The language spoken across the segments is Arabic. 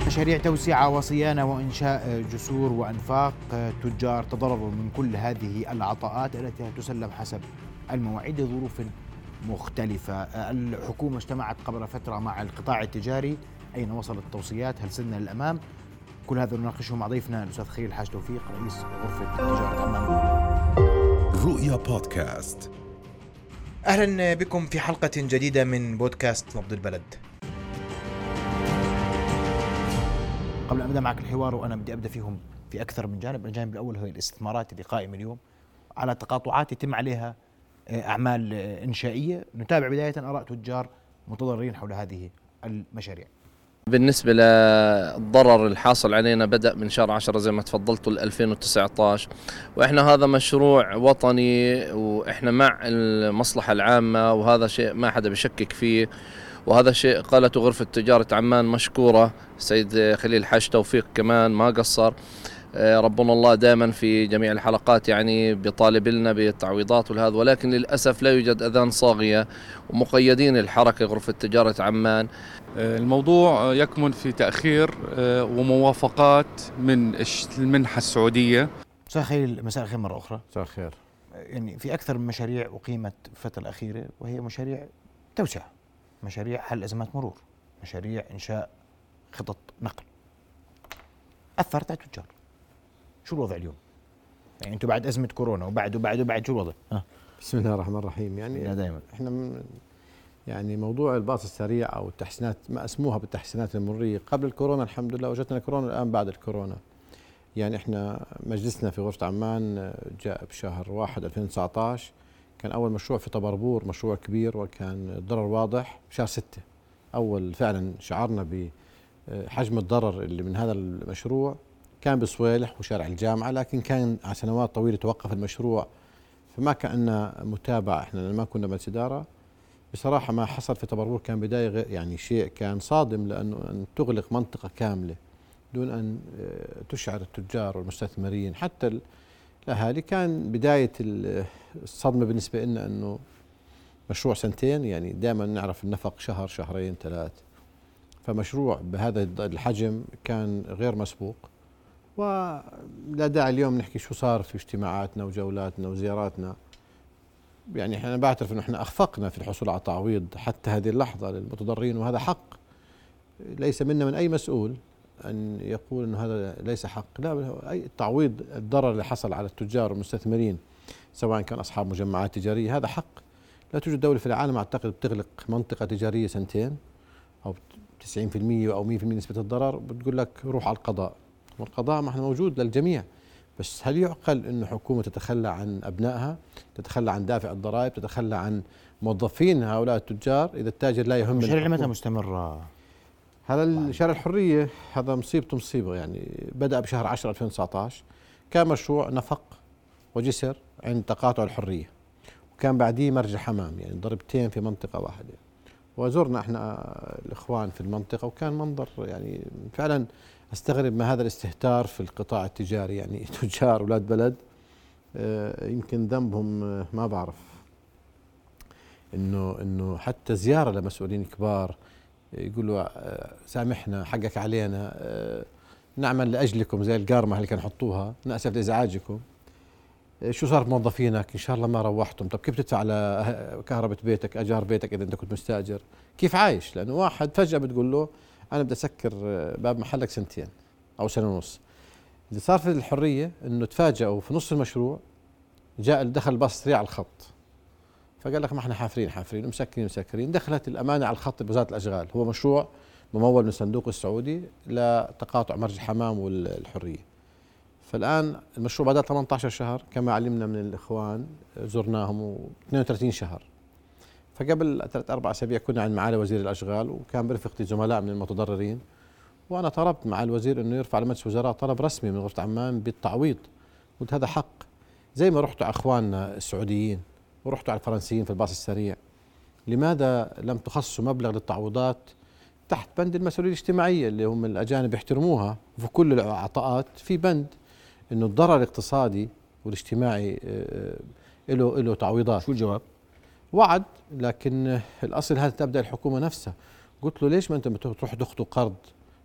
مشاريع توسعة وصيانة وإنشاء جسور وأنفاق تجار تضرروا من كل هذه العطاءات التي تسلم حسب المواعيد لظروف مختلفة. الحكومة اجتمعت قبل فترة مع القطاع التجاري، أين وصلت التوصيات؟ هل سنة للأمام؟ كل هذا نناقشه مع ضيفنا الأستاذ خليل الحاج توفيق، رئيس غرفة تجارة عمان. رؤيا بودكاست. أهلا بكم في حلقة جديدة من بودكاست نبض البلد. قبل أن أبدأ معك الحوار، وأنا بدي أبدأ فيهم في أكثر من جانب. الجانب الأول هو الاستثمارات اللي قائمة اليوم على تقاطعات يتم عليها أعمال إنشائية. نتابع بداية آراء تجار متضررين حول هذه المشاريع. بالنسبة للضرر الحاصل علينا بدأ من شهر 10 زي ما تفضلتوا 2019، وإحنا هذا مشروع وطني وإحنا مع المصلحة العامة، وهذا شيء ما حدا بشكك فيه، وهذا شيء قالته غرفة تجارة عمان مشكورة. سيد خليل الحاج توفيق كمان ما قصر، ربنا الله دائما في جميع الحلقات يعني بيطالب لنا بالتعويضات والهذا، ولكن للأسف لا يوجد أذان صاغية ومقيدين الحركة غرفة تجارة عمان. الموضوع يكمن في تأخير وموافقات من المنحة السعودية. مساء الخير. مساء الخير مرة أخرى. مساء الخير. يعني في أكثر من مشاريع أقيمت الفترة الأخيرة، وهي مشاريع توسعة، مشاريع حل أزمات مرور، مشاريع إنشاء خطط نقل. أثرت على التجار. شو الوضع اليوم؟ يعني أنتم بعد أزمة كورونا وبعد شو الوضع؟ بسم الله الرحمن الرحيم. يعني دائما احنا يعني موضوع الباص السريع او التحسينات ما اسموها بالتحسينات المرورية قبل الكورونا، الحمد لله وجدنا كورونا، الآن بعد الكورونا. يعني احنا مجلسنا في غرفة عمان جاء بشهر 1 2019، كان أول مشروع في طبربور، مشروع كبير وكان الضرر واضح. بشهر 6 أول فعلا شعرنا بحجم الضرر اللي من هذا المشروع، كان بصويلح وشارع الجامعة، لكن كان على سنوات طويلة توقف المشروع، فما كان متابعة. احنا ما كنا مجلس إدارة بصراحة. ما حصل في طبربور كان بداية يعني شيء كان صادم، لأنه أن تغلق منطقة كاملة دون أن تشعر التجار والمستثمرين حتى الأهالي، كان بداية الصدمة بالنسبة لنا أنه مشروع 2 يعني دائما نعرف النفق شهر 2 3 شهور، فمشروع بهذا الحجم كان غير مسبوق. ولا داعي اليوم نحكي شو صار في اجتماعاتنا وجولاتنا وزياراتنا. يعني احنا بعترف انه احنا اخفقنا في الحصول على تعويض حتى هذه اللحظة للمتضررين، وهذا حق ليس منا من اي مسؤول ان يقول انه هذا ليس حق. لا، اي تعويض الضرر اللي حصل على التجار والمستثمرين سواء كان اصحاب مجمعات تجارية هذا حق. لا توجد دولة في العالم اعتقد بتغلق منطقة تجارية 2 او 90% او 100% نسبة الضرر بتقول لك روح على القضاء، والقضاء ما احنا موجود للجميع. بس هل يعقل انه حكومة تتخلى عن ابنائها، تتخلى عن دافع الضرائب، تتخلى عن موظفين هؤلاء التجار اذا التاجر لا يهم؟ المشاريع متى مستمرة؟ هذا شارع الحرية هذا مصيبة. يعني بدأ بشهر 10 2019، كان مشروع نفق وجسر عند تقاطع الحرية، وكان بعديه مرج حمام، يعني ضربتين في منطقة واحدة. وزرنا احنا الاخوان في المنطقة وكان منظر يعني فعلا استغرب ما هذا الاستهتار في القطاع التجاري. يعني تجار اولاد بلد يمكن ذنبهم ما بعرف انه حتى زيارة لمسؤولين كبار يقولوا سامحنا حقك علينا، نعمل لاجلكم زي القارمة اللي كانوا يحطوها، نأسف لازعاجكم. شو صار بموظفينك؟ ان شاء الله ما روحتم. طب كيف تدفع على كهرباء بيتك، اجار بيتك اذا انت كنت مستاجر؟ كيف عايش؟ لانه واحد فجأة بتقول له انا بدي اسكر باب محلك 2 أو 1.5 سنة. اللي صار في الحرية انه تفاجئوا في نص المشروع جاء دخل باص سريع على الخط، فقال لك ما احنا حافرين ومسكرين. دخلت الامانة على الخط بوزارة الاشغال، هو مشروع ممول من الصندوق السعودي لتقاطع مرج الحمام والحرية. فالآن المشروع بدأ 18 شهر كما علمنا من الإخوان، زرناهم 32 شهر. فقبل 3-4 أسابيع كنا عند معالي وزير الأشغال، وكان برفقتي زملاء من المتضررين، وأنا طلبت مع الوزير أنه يرفع لمجلس وزراء طلب رسمي من غرفة عمان بالتعويض. قلت هذا حق، زي ما رحتوا على إخواننا السعوديين ورحتوا على الفرنسيين في الباص السريع، لماذا لم تخصصوا مبلغ للتعويضات تحت بند المسؤولية الاجتماعية اللي هم الأجانب يحترموها؟ وفي كل العطاءات في بند انه الضرر الاقتصادي والاجتماعي له تعويضات. شو الجواب؟ وعد، لكن الاصل هذا تبدا الحكومه نفسها. قلت له ليش ما انتم بتروحوا تاخذوا قرض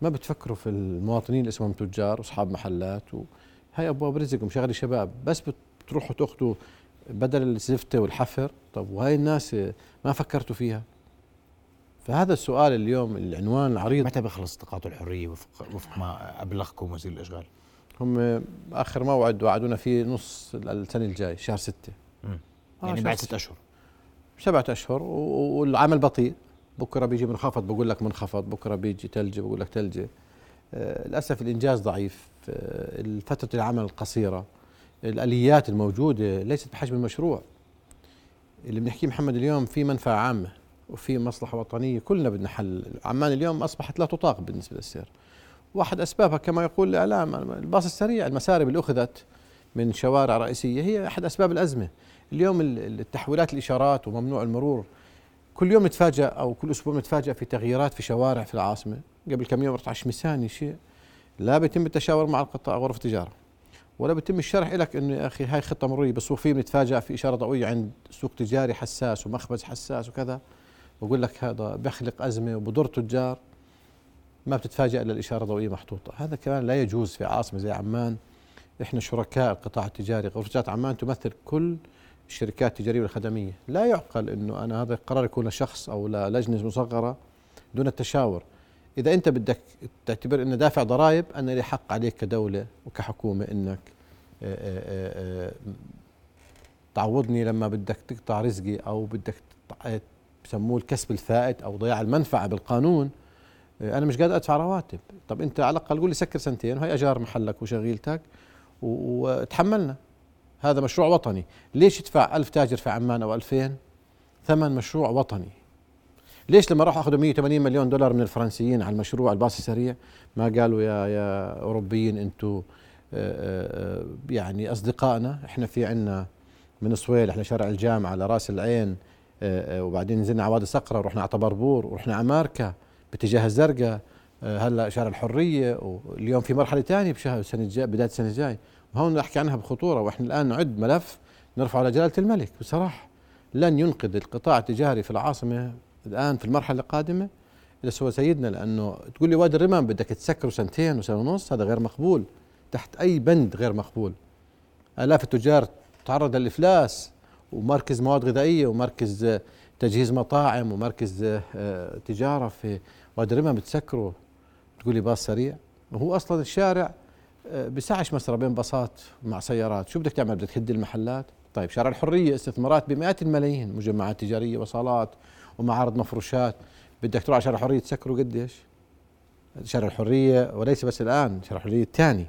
ما بتفكروا في المواطنين اللي اسمهم تجار واصحاب محلات هاي ابواب رزق ومشغل شباب، بس بتروحوا تاخذوا بدل الزفته والحفر. طب وهي الناس ما فكرتوا فيها؟ فهذا السؤال اليوم العنوان العريض. متى بيخلص تقاطع الحريه وفق ما ابلغكم وزير الاشغال؟ هم اخر موعد وعدونا فيه نص السنه الجاي شهر 6. يعني بعد 6 اشهر. 7 اشهر والعمل بطيء. بكره بيجي منخفض بقول لك منخفض، بكره بيجي ثلج بقول لك ثلجه. للاسف الانجاز ضعيف، فتره العمل القصيره، الاليات الموجوده ليست بحجم المشروع. اللي بنحكيه محمد اليوم في منفعه عامه وفي مصلحه وطنيه، كلنا بدنا حل. عمان اليوم اصبحت لا تطاق بالنسبه للسير. واحد اسبابها كما يقول الاعلام الباص السريع، المسارب اللي اخذت من شوارع رئيسيه هي احد اسباب الازمه. اليوم التحويلات الاشارات وممنوع المرور، كل يوم نتفاجأ او كل اسبوع نتفاجأ في تغييرات في شوارع في العاصمه. قبل كم يوم رحت على شمساني، شيء لا بيتم التشاور مع القطاع غرف التجاره ولا بيتم الشرح لك انه يا اخي هاي خطه مروريه، بس وفي بنتفاجأ في اشاره ضوئيه عند سوق تجاري حساس ومخبز حساس وكذا، بقول لك هذا بيخلق ازمه وبضر تجار. ما بتتفاجأ الا الاشاره الضوئيه محطوطه. هذا كمان لا يجوز في عاصمه زي عمان. احنا شركاء القطاع التجاري، غرفه تجاره عمان تمثل كل الشركات التجاريه والخدميه. لا يعقل انه انا هذا القرار يكون لشخص او للجنه مصغره دون التشاور. اذا انت بدك تعتبر انه دافع ضرائب، انا لي حق عليك كدوله وكحكومه انك تعوضني لما بدك تقطع رزقي او بدك بسموه الكسب الفائت او ضياع المنفعه بالقانون. انا مش قادر ادفع رواتب. طب انت على الاقل قول لي سكر 2 وهي اجار محلك وشغيلتك وتحملنا. هذا مشروع وطني. ليش يدفع 1000 تاجر في عمان او 2000 ثمن مشروع وطني؟ ليش لما راحوا اخذوا 180 مليون دولار من الفرنسيين على المشروع الباص السريع ما قالوا يا اوروبيين انتم يعني اصدقائنا؟ احنا في عندنا من صويل، احنا شارع الجامعه لراس العين، وبعدين نزلنا على وادي صقره ورحنا على طبربور ورحنا على ماركا باتجاه الزرقاء، هلا شارع الحريه، واليوم في مرحله ثانيه بشهر السنه الجايه بدايه السنه الجايه. وهون نحكي عنها بخطوره، واحنا الان نعد ملف نرفعه على جلاله الملك. بصراحه لن ينقذ القطاع التجاري في العاصمه الان في المرحله القادمه الا سوى سيدنا. لانه تقول لي وادي الرمام بدك تسكره 2 وسنة ونص، هذا غير مقبول تحت اي بند، غير مقبول. الاف التجار تعرض للافلاس، ومركز مواد غذائيه ومركز تجهيز مطاعم ومركز تجاره في وادي الرمام بتسكره، تقول لي باص سريع؟ وهو اصلا الشارع بسعش مسرى بين باصات مع سيارات. شو بدك تعمل؟ بدك تهد المحلات؟ طيب شارع الحريه استثمارات بمئات الملايين، مجمعات تجاريه وصالات ومعارض مفروشات، بدك تروح على شارع الحريه تسكره قديش؟ شارع الحريه وليس بس الان، شارع الحريه الثاني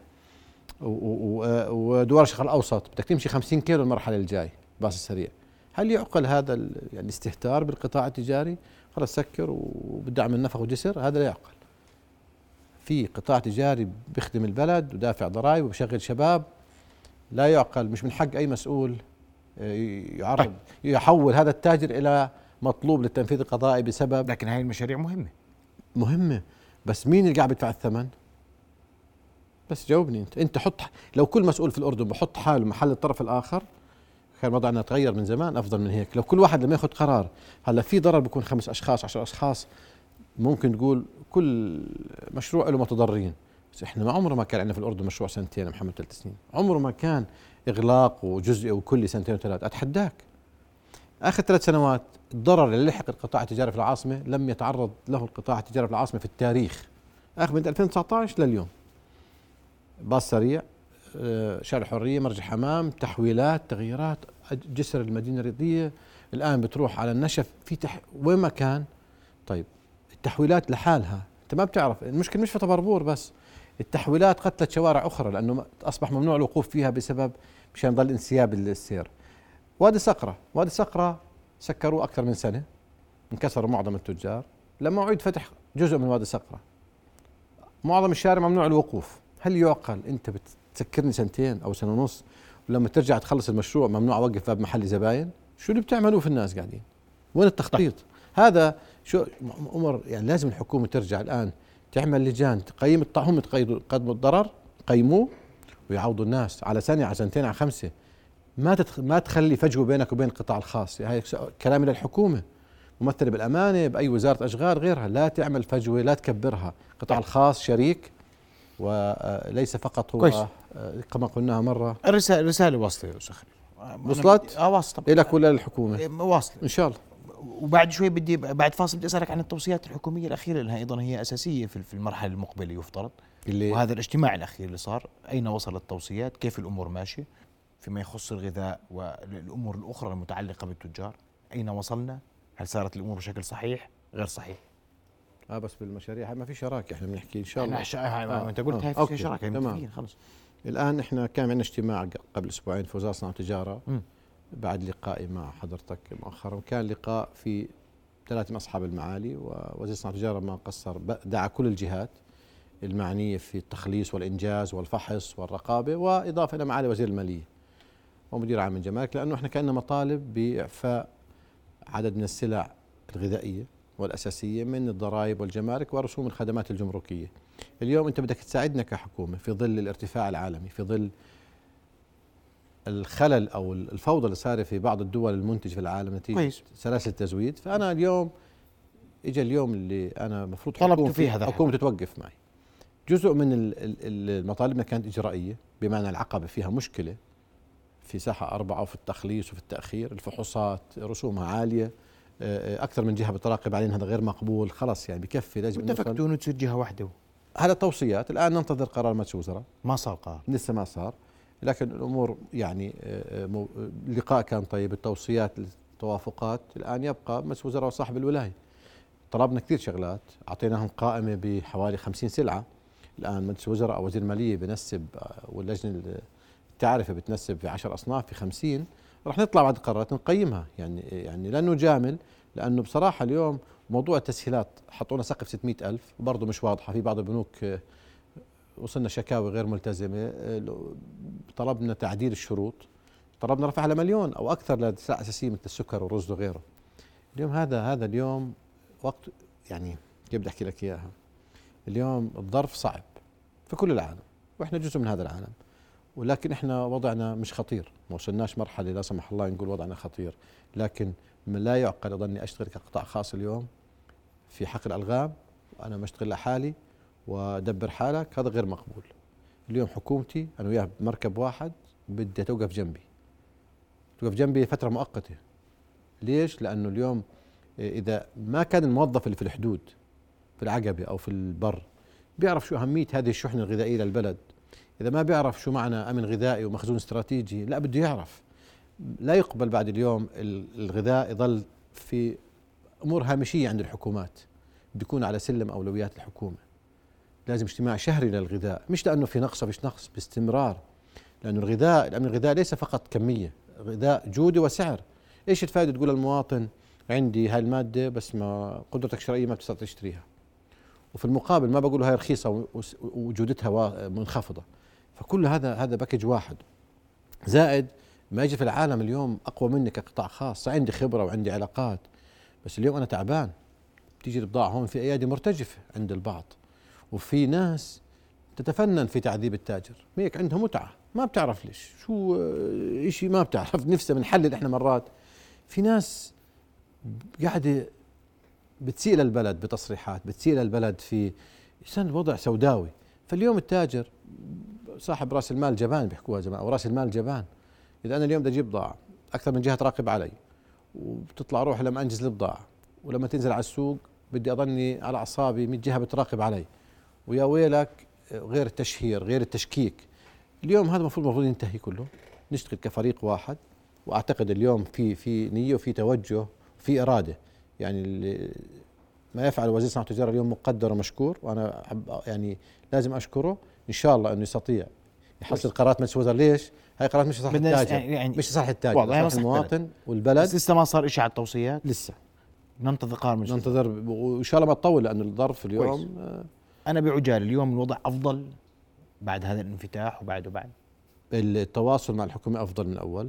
ودوار الشرق الاوسط بدك تمشي 50 كيلو المرحله الجاي باص السريع. هل يعقل هذا يعني الاستهتار بالقطاع التجاري؟ خلص سكر وبدعم النفق وجسر، هذا لا يعقل. في قطاع تجاري بيخدم البلد ودافع ضرائب وبشغل شباب، لا يعقل. مش من حق اي مسؤول يعرض يحول هذا التاجر الى مطلوب للتنفيذ القضائي بسبب. لكن هاي المشاريع مهمه، بس مين اللي قاعد يدفع الثمن؟ بس جاوبني انت حط، لو كل مسؤول في الاردن بحط حاله محل الطرف الاخر كان وضعنا تغير من زمان افضل من هيك. لو كل واحد لما ياخذ قرار، هلا في ضرر بيكون 5 أشخاص 10 أشخاص، ممكن تقول كل مشروع له متضررين، بس احنا ما عمره ما كان عندنا في الاردن مشروع 2 محمد 3 سنين، عمره ما كان اغلاق وجزئي وكلي 2 و3. اتحداك اخر 3 سنوات الضرر اللي لحق القطاع التجاري في العاصمه لم يتعرض له القطاع التجاري في العاصمه في التاريخ، اخر من 2019 لليوم. باص سريع، شارع الحريه، مرج حمام، تحويلات، تغييرات، جسر المدينه الرياضيه، الان بتروح على النشف في وين ما كان. طيب التحويلات لحالها انت ما بتعرف، المشكله مش في طبربور بس، التحويلات قتلت شوارع اخرى لانه اصبح ممنوع الوقوف فيها بسبب مشان يضل انسياب السير. وادي صقره سكروه اكثر من سنه، انكسروا معظم التجار، لما عيد فتح جزء من وادي صقره معظم الشارع ممنوع الوقوف. هل يعقل انت بتسكرني 2 أو 1.5 سنة ولما ترجع تخلص المشروع ممنوع اوقف باب محل زباين؟ شو اللي بتعملوه في الناس قاعدين؟ وين التخطيط؟ هذا شو عمر؟ يعني لازم الحكومه ترجع الان تعمل لجان تقيم هم قدموا الضرر، قيموه ويعوضوا الناس على سنه على 2 على 5. ما تخلي فجوه بينك وبين القطاع الخاص. هاي كلامي للحكومه، ممثلة بالأمانة بأي وزارة أشغال غيرها، لا تعمل فجوة، لا تكبرها. القطاع الخاص شريك وليس فقط هو كويس. كما قلناها مرة. الرسالة واصلة يا أستاذ خليل. وصلت؟ واصلة إلك ولا للحكومة؟ واصلة إن شاء الله. وبعد شوي بعد فاصل بدي أسألك عن التوصيات الحكومية الأخيرة، لأنها أيضا هي أساسية في المرحلة المقبلة يفترض. وهذا الاجتماع الأخير اللي صار، أين وصل التوصيات؟ كيف الأمور ماشية فيما يخص الغذاء والأمور الأخرى المتعلقة بالتجار؟ أين وصلنا؟ هل صارت الأمور بشكل صحيح غير صحيح؟ بس بالمشاريع ما في شراكة، احنا بنحكي ان شاء الله. انت قلت هاي في شراكة متفقين خلص. الان احنا كان عندنا اجتماع قبل اسبوعين في وزارة الصناعة والتجارة بعد لقائي مع حضرتك مؤخرا، كان لقاء في 3 من اصحاب المعالي، ووزير الصناعة والتجارة ما قصر دعا كل الجهات المعنية في التخليص والانجاز والفحص والرقابة، واضافة الى معالي وزير المالية ومدير عام الجمارك، لانه احنا كنا مطالب باعفاء عدد من السلع الغذائية والأساسية من الضرائب والجمارك ورسوم الخدمات الجمركية. اليوم أنت بدك تساعدنا كحكومة في ظل الارتفاع العالمي، في ظل الخلل أو الفوضى اللي صارت في بعض الدول المنتجة في العالم نتيجة سلاسل التزويد. فأنا اليوم إجا اليوم اللي أنا مفروض طلبت فيه هذا حكومة تتوقف معي. جزء من المطالبنا كانت إجرائية، بمعنى العقبة فيها مشكلة في ساحة 4 وفي التخليص وفي التأخير، الفحوصات رسومها عالية، أكثر من جهة بتراقب علينا، هذا غير مقبول. خلص يعني بكفي، لازم اتفقتوا انه تصير جهة واحدة. هذا توصيات، الآن ننتظر قرار مجلس الوزراء. ما صار قرار لسه ما صار، لكن الأمور يعني اللقاء كان طيب، التوصيات التوافقات. الآن يبقى مجلس الوزراء وصاحب الولاية. طلبنا كثير شغلات، أعطيناهم قائمة بحوالي 50 سلعة. الآن مجلس الوزراء أو وزير المالية بنسب، واللجنة التعرفة بتنسب في 10 أصناف في 50. رح نطلع بعد قرارات نقيمها، يعني لا نجامل، لأنه بصراحة اليوم موضوع التسهيلات حطونا سقف 600,000 وبرضه مش واضحة. في بعض البنوك وصلنا شكاوي غير ملتزمة، طلبنا تعديل الشروط، طلبنا رفعها ل1,000,000 أو أكثر لسلع أساسية مثل السكر والرز وغيره. اليوم هذا اليوم وقت، يعني كيف بدي أحكي لك إياها، اليوم الظرف صعب في كل العالم وإحنا جزء من هذا العالم، ولكن احنا وضعنا مش خطير، ما وصلناش مرحله لا سمح الله نقول وضعنا خطير، لكن لا يعقل اظني اشتغل كقطاع خاص اليوم في حقل الالغام وانا مشتغل لحالي ودبر حالك، هذا غير مقبول. اليوم حكومتي انا وياها بمركب واحد، بدها توقف جنبي فتره مؤقته. ليش؟ لانه اليوم اذا ما كان الموظف اللي في الحدود في العقبه او في البر بيعرف شو اهميه هذه الشحنه الغذائيه للبلد، إذا ما بيعرف شو معنى أمن غذائي ومخزون استراتيجي، لا بده يعرف. لا يقبل بعد اليوم الغذاء يظل في أمور هامشية عند الحكومات، بده يكون على سلم أولويات الحكومة. لازم اجتماع شهري للغذاء، مش لأنه في نقص فيش نقص، باستمرار. لأنه الأمن الغذائي ليس فقط كمية، غذاء جودة وسعر. إيش الفائدة تقول للمواطن عندي هاي المادة بس ما قدرتك الشرائية ما بتستطيع تشتريها، وفي المقابل ما بقول هاي رخيصة وجودتها منخفضة. فكل هذا باكج واحد، زائد ما يجي في العالم اليوم اقوى مني كقطاع خاص، عندي خبره وعندي علاقات، بس اليوم انا تعبان. بتيجي البضاعه هون في ايادي مرتجفه عند البعض، وفي ناس تتفنن في تعذيب التاجر، هيك عندها متعه ما بتعرف ليش شو شيء، ما بتعرف نفسها بنحلل احنا مرات. في ناس قاعده بتسيء للبلد بتصريحات، بتسيء للبلد في وضع سوداوي. فاليوم التاجر صاحب راس المال جبان بيحكوها زمان، او راس المال جبان. اذا انا اليوم بدي اجيب بضاعه اكثر من جهه تراقب علي، وبتطلع روح لما انجز البضاعه، ولما تنزل على السوق بدي اظني على اعصابي 100 جهه بتراقب علي، ويا ويلك غير التشهير غير التشكيك. اليوم هذا المفروض ينتهي كله، نشتغل كفريق واحد. واعتقد اليوم في نيه وفي توجه وفي اراده، يعني ما يفعل وزير الصناعه والتجاره اليوم مقدر ومشكور، وانا يعني لازم اشكره. ان شاء الله انه يستطيع يحصل قرارات مجلس الوزراء. ليش؟ هاي قرارات مش لصالح التاجر، يعني مش لصالح التاجر، لصالح المواطن والبلد. بس لسه ما صار شيء على التوصيات، لسه ننتظر قرار مجلس، ننتظر وان شاء الله ما تطول، لانه الظرف اليوم انا بعجال اليوم الوضع افضل بعد هذا الانفتاح وبعد التواصل مع الحكومه افضل من الاول،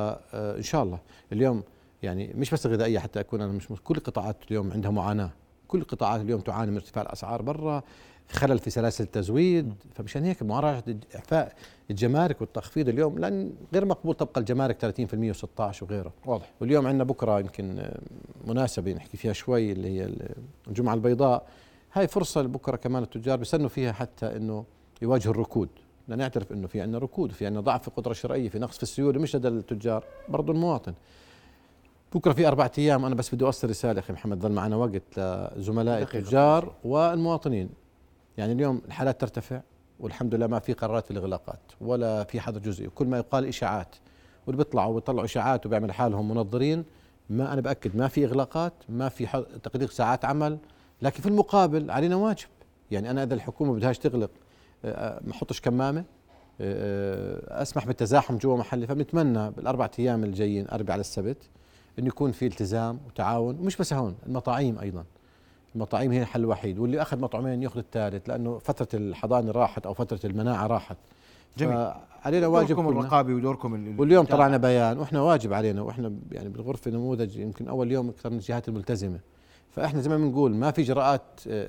وان شاء الله اليوم يعني مش بس الغذائيه، حتى اكون انا مش كل القطاعات اليوم عندها معاناه، كل القطاعات اليوم تعاني من ارتفاع الأسعار برا، خلل في سلاسل التزويد. فمشان هيك مراجعة إعفاء الجمارك والتخفيض اليوم، لأن غير مقبول تبقى الجمارك 30% و16 وغيره. واضح. واليوم عندنا بكرة يمكن مناسبة نحكي فيها شوي اللي هي الجمعة البيضاء. هاي فرصة بكرة كمان التجار بيستنوا فيها حتى إنه يواجهوا الركود، لأن نعترف إنه في عندنا ركود وفي عندنا ضعف في القدرة الشرائية، في نقص في السيولة مش لدى التجار برضو المواطن. بكرة في 4 أيام أنا بس بدي أوصل رسالة أخي محمد، ضل معنا وقت لزملاء التجار والمواطنين. يعني اليوم الحالات ترتفع والحمد لله ما في قرارات في الإغلاقات ولا في حظر جزئي، وكل ما يقال إشاعات، واللي بيطلعوا ويطلعوا إشاعات وبيعمل حالهم منظرين. ما أنا بأكد ما في إغلاقات، ما في تقليل ساعات عمل، لكن في المقابل علينا واجب. يعني أنا إذا الحكومة بدهاش تغلق ما أحطش كمامة، أسمح بالتزاحم جوا محلي. فبنتمنى بال4 أيام الجايين أربع على السبت إنه يكون في التزام وتعاون، ومش بس هون، المطاعيم أيضا. المطاعيم هي الحل الوحيد، واللي أخذ مطعمين يأخذ الثالث، لأنه فترة الحضانة راحت أو فترة المناعة راحت. جميل. علينا واجب دوركم الرقابي ودوركم واليوم طلعنا بيان وإحنا واجب علينا، وإحنا يعني بالغرفة نموذج يمكن أول يوم أكثر من الجهات الملتزمة. فإحنا زي ما بنقول ما في إجراءات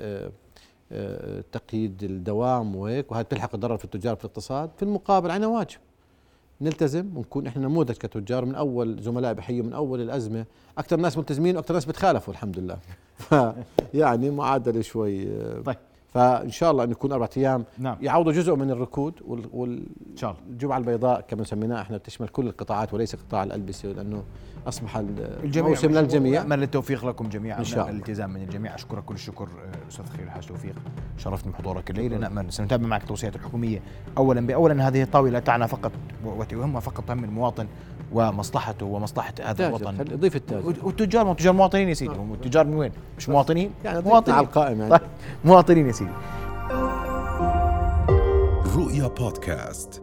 تقييد الدوام وهيك، وهذا بتلحق الضرر في التجار في الاقتصاد. في المقابل علينا واجب نلتزم ونكون احنا نموذج كتجار. من اول زملاء بحيوا من اول الازمه اكثر ناس ملتزمين واكثر ناس بتخالفوا الحمد لله. يعني معادله شوي. طيب فان شاء الله ان يكون 4 أيام نعم. يعوضوا جزء من الركود. ان شاء الله الجمعه البيضاء كما سميناها احنا بتشمل كل القطاعات وليس قطاع الالبسه، لانه اصبح الجميع للجميع. نأمل التوفيق لكم جميعا، ان شاء الله الالتزام من الجميع. اشكرك كل الشكر استاذ خير الحاج توفيق، شرفتني بحضورك الليله. نأمل سنتابع معك التوصيات الحكوميه. اولا هذه الطاوله لا تعنى فقط وتهمها فقط هم المواطن ومصلحته ومصلحه هذا الوطن. ضيف التاج والتجار تجار مواطنين يا سيدي. هم التجار من وين؟ مش مواطنين؟ يعني مواطنين على القائمه يعني. طيب مواطنين يا سيدي. رؤيا بودكاست.